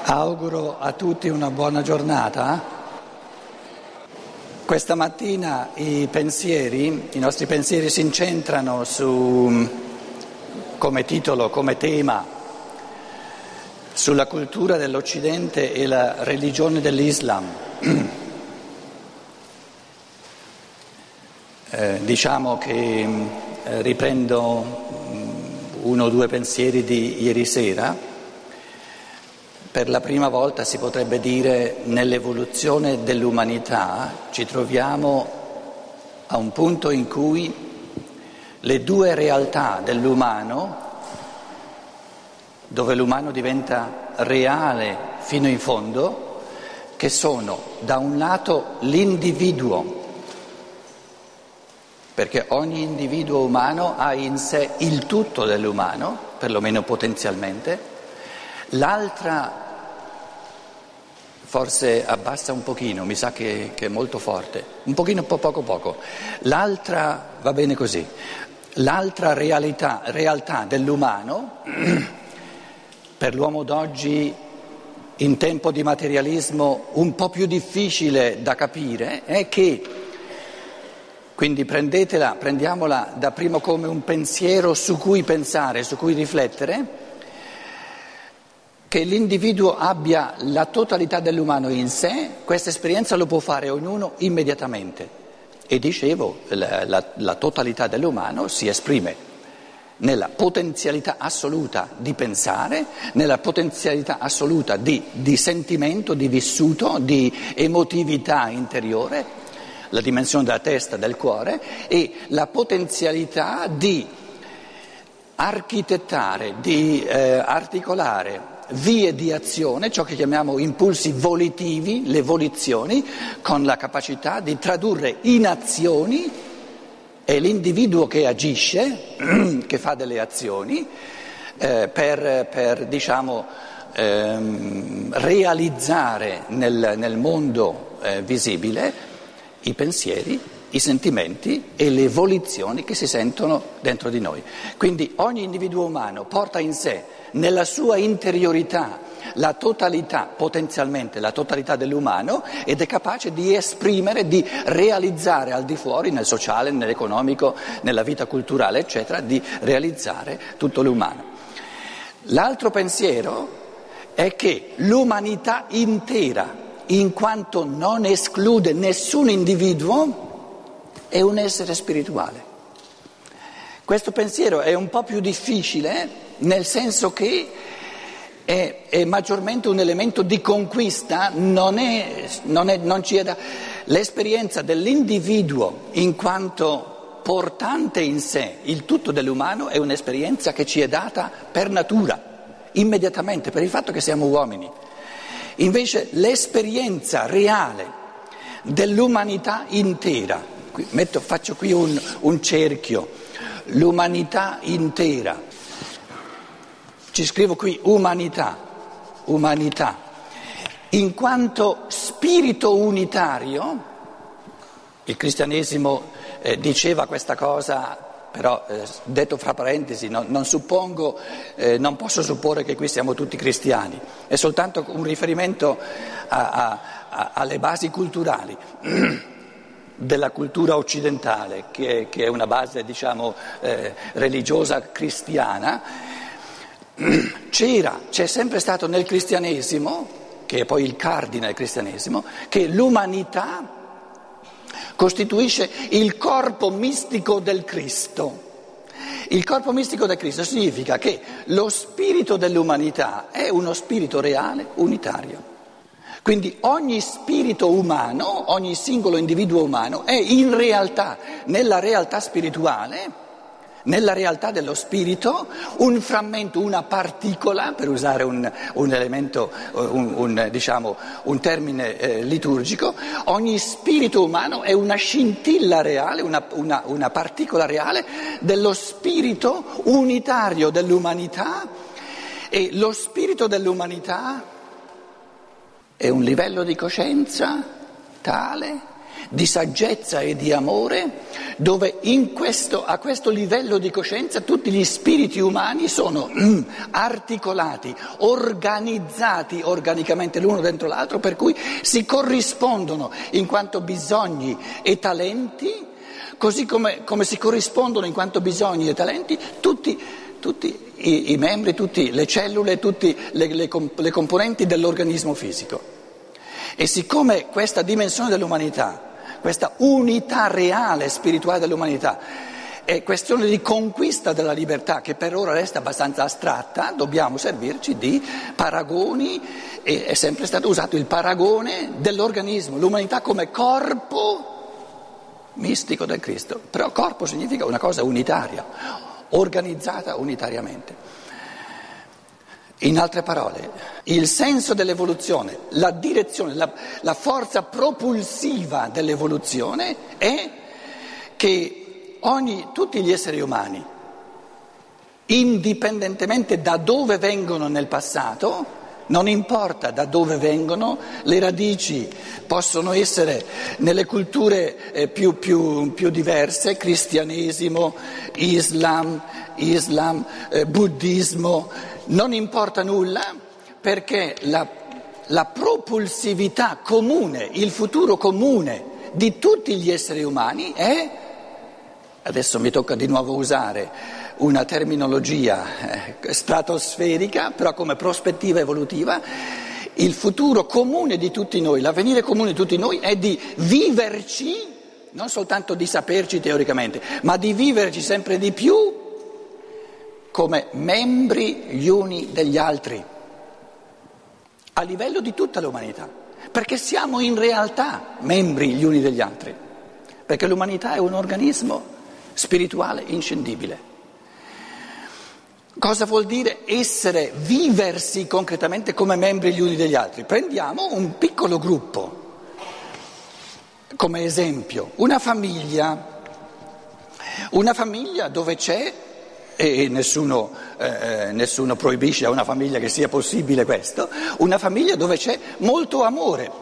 Auguro a tutti una buona giornata. Questa mattina i nostri pensieri si incentrano come titolo, come tema, sulla cultura dell'Occidente e la religione dell'Islam. Diciamo che riprendo uno o due pensieri di ieri sera. Per la prima volta si potrebbe dire nell'evoluzione dell'umanità ci troviamo a un punto in cui le due realtà dell'umano, dove l'umano diventa reale fino in fondo, che sono da un lato l'individuo, perché ogni individuo umano ha in sé il tutto dell'umano, perlomeno potenzialmente. L'altra, forse abbassa un pochino, mi sa che è molto forte, un pochino, poco. L'altra, va bene così, l'altra realtà dell'umano, per l'uomo d'oggi in tempo di materialismo un po' più difficile da capire, è che, quindi prendiamola da primo come un pensiero su cui pensare, su cui riflettere, che l'individuo abbia la totalità dell'umano in sé, questa esperienza lo può fare ognuno immediatamente. E dicevo, la totalità dell'umano si esprime nella potenzialità assoluta di pensare, nella potenzialità assoluta di sentimento, di vissuto, di emotività interiore, la dimensione della testa, del cuore, e la potenzialità di architettare, di articolare vie di azione, ciò che chiamiamo impulsi volitivi, le volizioni, con la capacità di tradurre in azioni, è l'individuo che agisce, che fa delle azioni per realizzare nel mondo visibile i pensieri, i sentimenti e le volizioni che si sentono dentro di noi. Quindi ogni individuo umano porta in sé, nella sua interiorità, la totalità, potenzialmente la totalità dell'umano, ed è capace di esprimere, di realizzare al di fuori, nel sociale, nell'economico, nella vita culturale, eccetera, di realizzare tutto l'umano. L'altro pensiero è che l'umanità intera, in quanto non esclude nessun individuo, è un essere spirituale. Questo pensiero è un po' più difficile, nel senso che è maggiormente un elemento di conquista, l'esperienza dell'individuo in quanto portante in sé il tutto dell'umano è un'esperienza che ci è data per natura, immediatamente, per il fatto che siamo uomini. Invece l'esperienza reale dell'umanità intera, faccio qui un cerchio, l'umanità intera, ci scrivo qui umanità, in quanto spirito unitario. Il cristianesimo diceva questa cosa, però detto fra parentesi, non posso supporre che qui siamo tutti cristiani, è soltanto un riferimento alle basi culturali della cultura occidentale, che è una base, religiosa cristiana. C'è sempre stato nel cristianesimo, che è poi il cardine del cristianesimo, che l'umanità costituisce il corpo mistico del Cristo. Il corpo mistico del Cristo significa che lo spirito dell'umanità è uno spirito reale, unitario. Quindi ogni spirito umano, ogni singolo individuo umano è in realtà, nella realtà spirituale, nella realtà dello spirito, un frammento, una particola, per usare un elemento, un termine liturgico. Ogni spirito umano è una scintilla reale, una particola reale dello spirito unitario dell'umanità, e lo spirito dell'umanità è un livello di coscienza tale di saggezza e di amore, dove a questo livello di coscienza tutti gli spiriti umani sono articolati, organizzati organicamente l'uno dentro l'altro, per cui si corrispondono in quanto bisogni e talenti, così come si corrispondono in quanto bisogni e talenti tutti i membri, tutte le cellule, tutte le componenti dell'organismo fisico. E siccome questa dimensione dell'umanità, questa unità reale spirituale dell'umanità è questione di conquista della libertà, che per ora resta abbastanza astratta, dobbiamo servirci di paragoni, e è sempre stato usato il paragone dell'organismo, l'umanità come corpo mistico del Cristo. Però corpo significa una cosa unitaria, organizzata unitariamente. In altre parole, il senso dell'evoluzione, la direzione, la forza propulsiva dell'evoluzione è che tutti gli esseri umani, indipendentemente da dove vengono nel passato, non importa da dove vengono, le radici possono essere nelle culture più diverse, cristianesimo, Islam, buddismo, non importa nulla, perché la propulsività comune, il futuro comune di tutti gli esseri umani è, adesso mi tocca di nuovo usare una terminologia stratosferica, però come prospettiva evolutiva, il futuro comune di tutti noi, l'avvenire comune di tutti noi è di viverci, non soltanto di saperci teoricamente, ma di viverci sempre di più come membri gli uni degli altri, a livello di tutta l'umanità, perché siamo in realtà membri gli uni degli altri, perché l'umanità è un organismo spirituale inscindibile. Cosa vuol dire viversi concretamente come membri gli uni degli altri? Prendiamo un piccolo gruppo come esempio, una famiglia dove c'è, e nessuno proibisce a una famiglia che sia possibile questo, una famiglia dove c'è molto amore,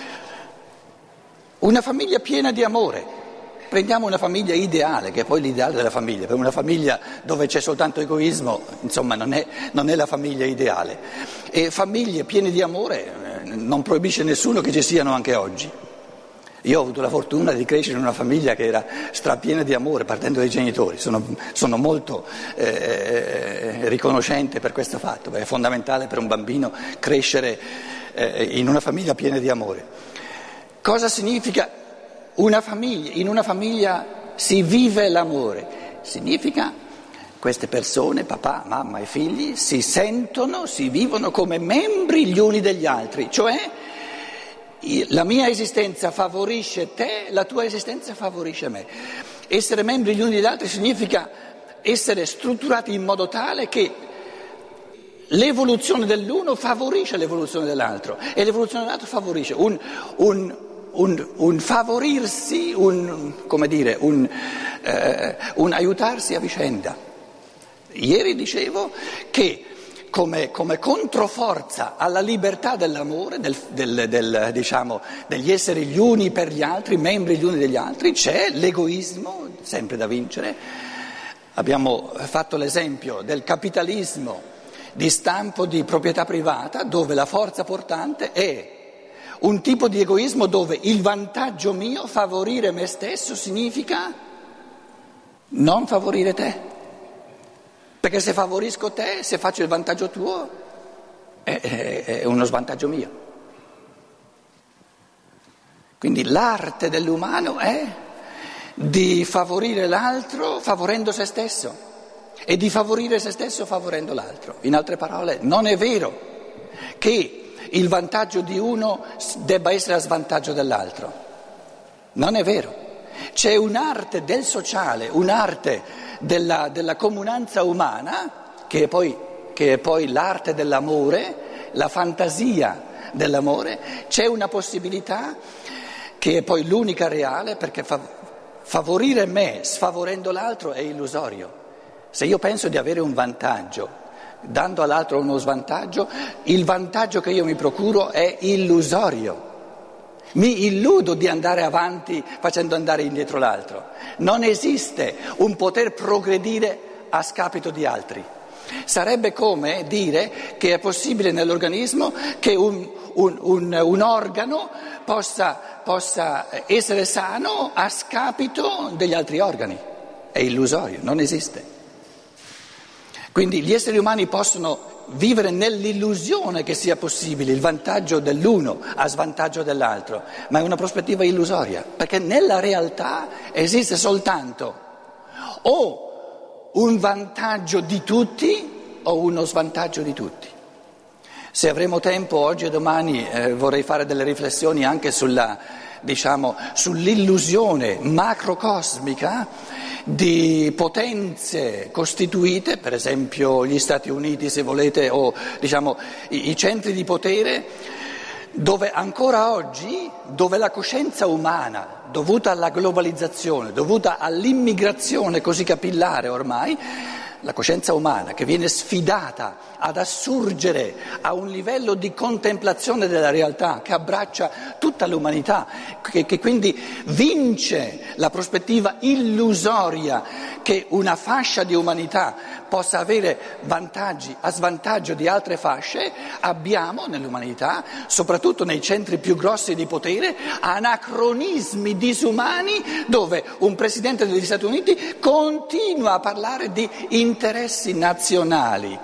una famiglia piena di amore. Prendiamo una famiglia ideale, che è poi l'ideale della famiglia, per una famiglia dove c'è soltanto egoismo, insomma non è la famiglia ideale. E famiglie piene di amore non proibisce nessuno che ci siano anche oggi. Io ho avuto la fortuna di crescere in una famiglia che era strapiena di amore, partendo dai genitori. Sono molto riconoscente per questo fatto, perché è fondamentale per un bambino crescere in una famiglia piena di amore. Cosa significa una famiglia? In una famiglia si vive l'amore. Significa queste persone, papà, mamma e figli, si vivono come membri gli uni degli altri, cioè la mia esistenza favorisce te, la tua esistenza favorisce me. Essere membri gli uni degli altri significa essere strutturati in modo tale che l'evoluzione dell'uno favorisce l'evoluzione dell'altro e l'evoluzione dell'altro favorisce un favorirsi, un aiutarsi a vicenda. Ieri dicevo che come controforza alla libertà dell'amore, degli esseri gli uni per gli altri, membri gli uni degli altri, c'è l'egoismo, sempre da vincere. Abbiamo fatto l'esempio del capitalismo di stampo di proprietà privata, dove la forza portante è un tipo di egoismo dove il vantaggio mio, favorire me stesso, significa non favorire te. Perché se favorisco te, se faccio il vantaggio tuo, è uno svantaggio mio. Quindi l'arte dell'umano è di favorire l'altro favorendo se stesso e di favorire se stesso favorendo l'altro. In altre parole, non è vero che il vantaggio di uno debba essere a svantaggio dell'altro. Non è vero. C'è un'arte del sociale, un'arte della comunanza umana, che è poi l'arte dell'amore, la fantasia dell'amore. C'è una possibilità che è poi l'unica reale, perché favorire me sfavorendo l'altro è illusorio. Se io penso di avere un vantaggio dando all'altro uno svantaggio, il vantaggio che io mi procuro è illusorio. Mi illudo di andare avanti facendo andare indietro l'altro. Non esiste un poter progredire a scapito di altri. Sarebbe come dire che è possibile nell'organismo che un organo possa essere sano a scapito degli altri organi. È illusorio, non esiste. Quindi gli esseri umani possono vivere nell'illusione che sia possibile il vantaggio dell'uno a svantaggio dell'altro, ma è una prospettiva illusoria, perché nella realtà esiste soltanto o un vantaggio di tutti o uno svantaggio di tutti. Se avremo tempo oggi e domani vorrei fare delle riflessioni anche sull'illusione macrocosmica di potenze costituite, per esempio gli Stati Uniti se volete, o i centri di potere, dove ancora oggi, dove la coscienza umana, dovuta alla globalizzazione, dovuta all'immigrazione così capillare ormai, la coscienza umana che viene sfidata ad assurgere a un livello di contemplazione della realtà che abbraccia tutta l'umanità, che quindi vince la prospettiva illusoria che una fascia di umanità possa avere vantaggi a svantaggio di altre fasce, abbiamo nell'umanità, soprattutto nei centri più grossi di potere, anacronismi disumani dove un presidente degli Stati Uniti continua a parlare di interessi nazionali.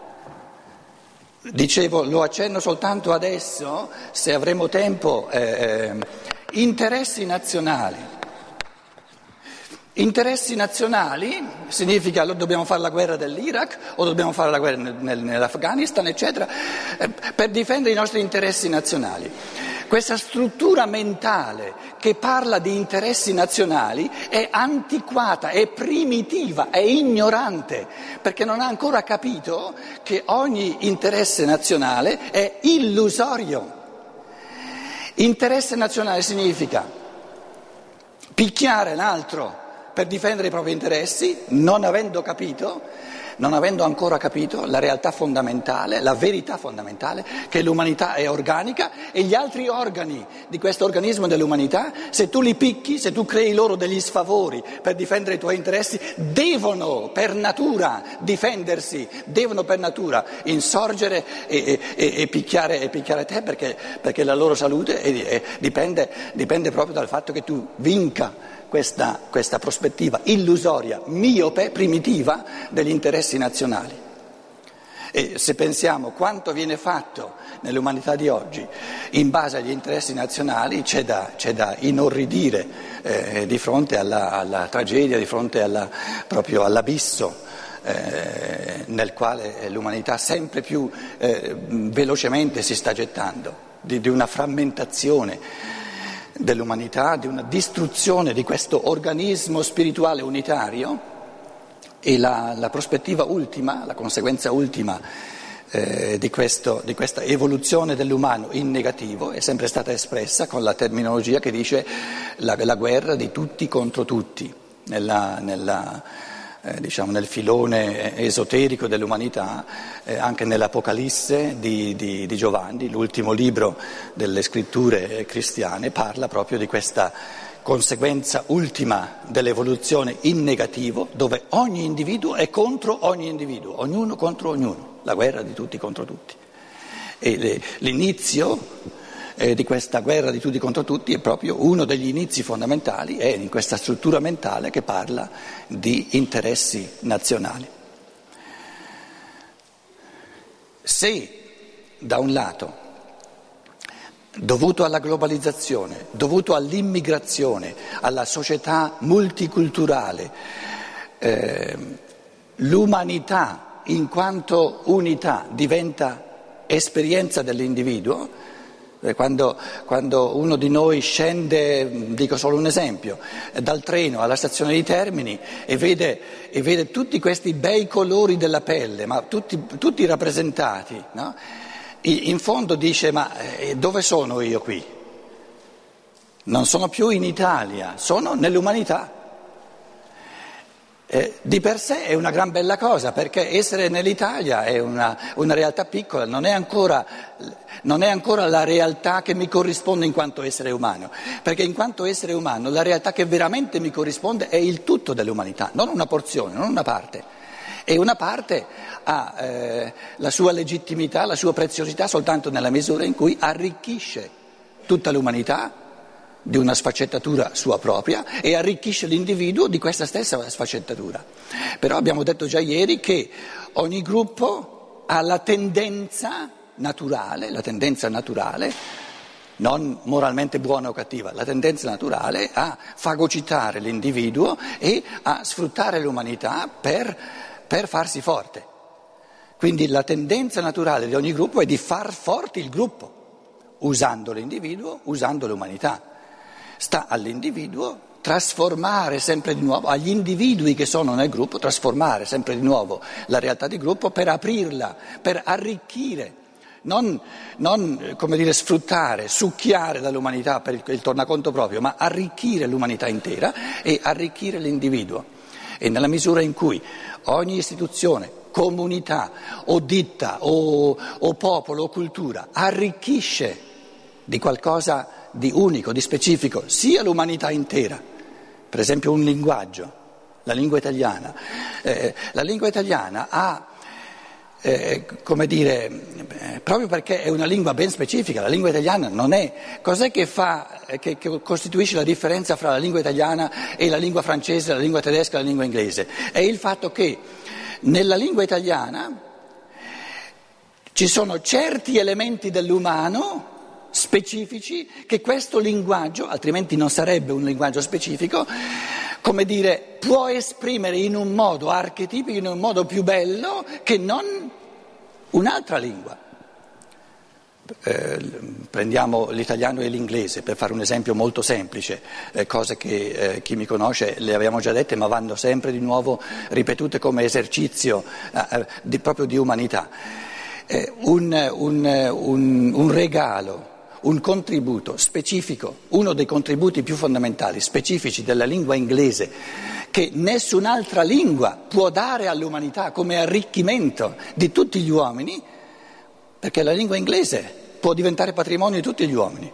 Dicevo, lo accenno soltanto adesso, se avremo tempo, interessi nazionali. Interessi nazionali significa dobbiamo fare la guerra dell'Iraq o dobbiamo fare la guerra nell'Afghanistan, eccetera, per difendere i nostri interessi nazionali. Questa struttura mentale che parla di interessi nazionali è antiquata, è primitiva, è ignorante, perché non ha ancora capito che ogni interesse nazionale è illusorio. Interesse nazionale significa picchiare l'altro per difendere i propri interessi, non avendo ancora capito la realtà fondamentale, la verità fondamentale, che l'umanità è organica e gli altri organi di questo organismo dell'umanità, se tu li picchi, se tu crei loro degli sfavori per difendere i tuoi interessi, devono per natura difendersi, devono per natura insorgere e picchiare te perché la loro salute dipende proprio dal fatto che tu vinca questa prospettiva illusoria, miope, primitiva degli interessi nazionali. E se pensiamo quanto viene fatto nell'umanità di oggi in base agli interessi nazionali, c'è da inorridire di fronte alla tragedia, di fronte proprio all'abisso nel quale l'umanità sempre più velocemente si sta gettando, di una frammentazione dell'umanità, di una distruzione di questo organismo spirituale unitario. E la prospettiva ultima, la conseguenza ultima di questa evoluzione dell'umano in negativo è sempre stata espressa con la terminologia che dice la guerra di tutti contro tutti, nel filone esoterico dell'umanità, anche nell'Apocalisse di Giovanni, l'ultimo libro delle scritture cristiane, parla proprio di questa conseguenza ultima dell'evoluzione in negativo, dove ogni individuo è contro ogni individuo, ognuno contro ognuno, la guerra di tutti contro tutti. E l'inizio di questa guerra di tutti contro tutti è proprio uno degli inizi fondamentali, è in questa struttura mentale che parla di interessi nazionali. Se da un lato, dovuto alla globalizzazione, dovuto all'immigrazione, alla società multiculturale, l'umanità in quanto unità diventa esperienza dell'individuo, quando uno di noi scende, dico solo un esempio, dal treno alla stazione di Termini e vede tutti questi bei colori della pelle, ma tutti rappresentati, no? In fondo dice: ma dove sono io qui? Non sono più in Italia, sono nell'umanità. Di per sé è una gran bella cosa, perché essere nell'Italia è una realtà piccola, non è ancora la realtà che mi corrisponde in quanto essere umano, perché in quanto essere umano la realtà che veramente mi corrisponde è il tutto dell'umanità, non una porzione, non una parte. E una parte ha la sua legittimità, la sua preziosità soltanto nella misura in cui arricchisce tutta l'umanità di una sfaccettatura sua propria e arricchisce l'individuo di questa stessa sfaccettatura. Però abbiamo detto già ieri che ogni gruppo ha la tendenza naturale, non moralmente buona o cattiva, la tendenza naturale a fagocitare l'individuo e a sfruttare l'umanità per farsi forte. Quindi la tendenza naturale di ogni gruppo è di far forte il gruppo, usando l'individuo, usando l'umanità. Sta all'individuo trasformare sempre di nuovo, agli individui che sono nel gruppo, trasformare sempre di nuovo la realtà di gruppo per aprirla, per arricchire, non come dire sfruttare, succhiare dall'umanità per il tornaconto proprio, ma arricchire l'umanità intera e arricchire l'individuo. E nella misura in cui ogni istituzione, comunità o ditta o popolo o cultura arricchisce di qualcosa di unico, di specifico, sia l'umanità intera, per esempio un linguaggio, la lingua italiana. La lingua italiana ha, come dire, proprio perché è una lingua ben specifica, la lingua italiana non è, cos'è che costituisce la differenza fra la lingua italiana e la lingua francese, la lingua tedesca e la lingua inglese? È il fatto che nella lingua italiana ci sono certi elementi dell'umano specifici che questo linguaggio, altrimenti non sarebbe un linguaggio specifico, come dire, può esprimere in un modo archetipico, in un modo più bello che non un'altra lingua. Prendiamo l'italiano e l'inglese per fare un esempio molto semplice, cose che chi mi conosce le abbiamo già dette ma vanno sempre di nuovo ripetute come esercizio proprio di umanità. Un regalo, un contributo specifico, uno dei contributi più fondamentali, specifici della lingua inglese, che nessun'altra lingua può dare all'umanità come arricchimento di tutti gli uomini, perché la lingua inglese può diventare patrimonio di tutti gli uomini.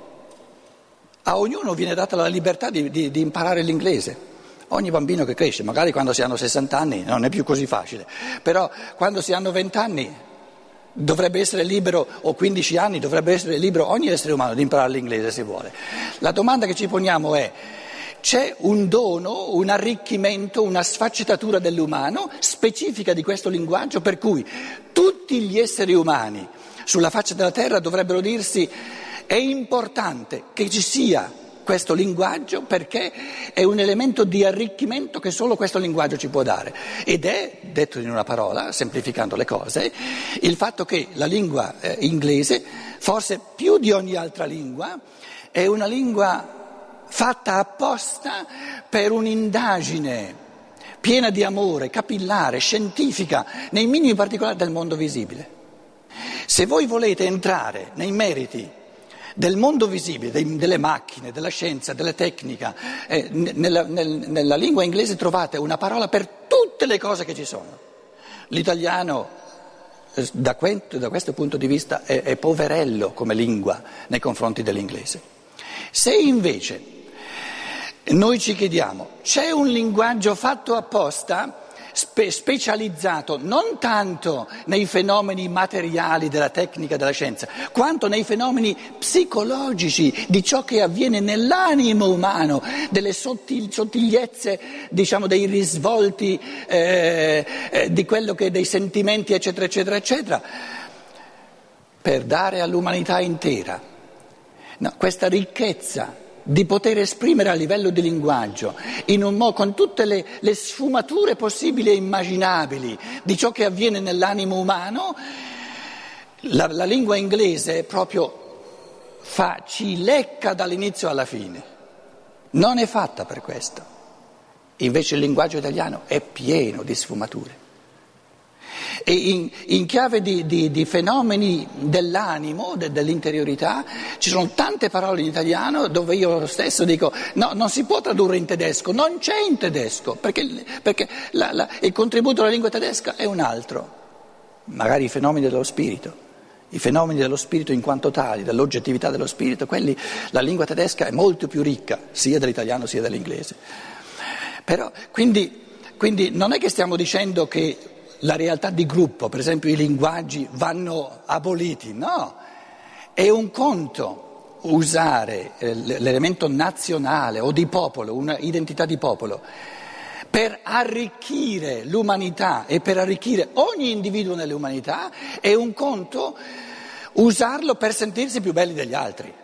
A ognuno viene data la libertà di imparare l'inglese. Ogni bambino che cresce, magari quando si hanno 60 anni non è più così facile, però quando si hanno 20 anni dovrebbe essere libero, o 15 anni dovrebbe essere libero ogni essere umano di imparare l'inglese se vuole. La domanda che ci poniamo è: c'è un dono, un arricchimento, una sfaccettatura dell'umano specifica di questo linguaggio per cui tutti gli esseri umani sulla faccia della terra dovrebbero dirsi: è importante che ci sia questo linguaggio perché è un elemento di arricchimento che solo questo linguaggio ci può dare, ed è, detto in una parola, semplificando le cose, il fatto che la lingua inglese, forse più di ogni altra lingua, è una lingua fatta apposta per un'indagine piena di amore, capillare, scientifica, nei minimi particolari del mondo visibile. Se voi volete entrare nei meriti del mondo visibile, delle macchine, della scienza, della tecnica, nella lingua inglese trovate una parola per tutte le cose che ci sono. L'italiano da questo punto di vista è poverello come lingua nei confronti dell'inglese. Se invece noi ci chiediamo, c'è un linguaggio fatto apposta, specializzato non tanto nei fenomeni materiali della tecnica e della scienza, quanto nei fenomeni psicologici di ciò che avviene nell'animo umano, delle sottigliezze, diciamo, dei risvolti di quello che dei sentimenti, eccetera, eccetera, eccetera, per dare all'umanità intera questa ricchezza di poter esprimere a livello di linguaggio, in un modo, con tutte le sfumature possibili e immaginabili di ciò che avviene nell'animo umano. La lingua inglese proprio ci lecca dall'inizio alla fine, non è fatta per questo. Invece il linguaggio italiano è pieno di sfumature. E in chiave di fenomeni dell'animo, dell'interiorità, ci sono tante parole in italiano dove io stesso dico no, non si può tradurre in tedesco, non c'è in tedesco, perché il contributo della lingua tedesca è un altro, magari i fenomeni dello spirito. I fenomeni dello spirito in quanto tali, dell'oggettività dello spirito, quelli, la lingua tedesca è molto più ricca, sia dell'italiano sia dell'inglese. Però, quindi non è che stiamo dicendo che la realtà di gruppo, per esempio i linguaggi, vanno aboliti, no, è un conto usare l'elemento nazionale o di popolo, una identità di popolo, per arricchire l'umanità e per arricchire ogni individuo nell'umanità, è un conto usarlo per sentirsi più belli degli altri.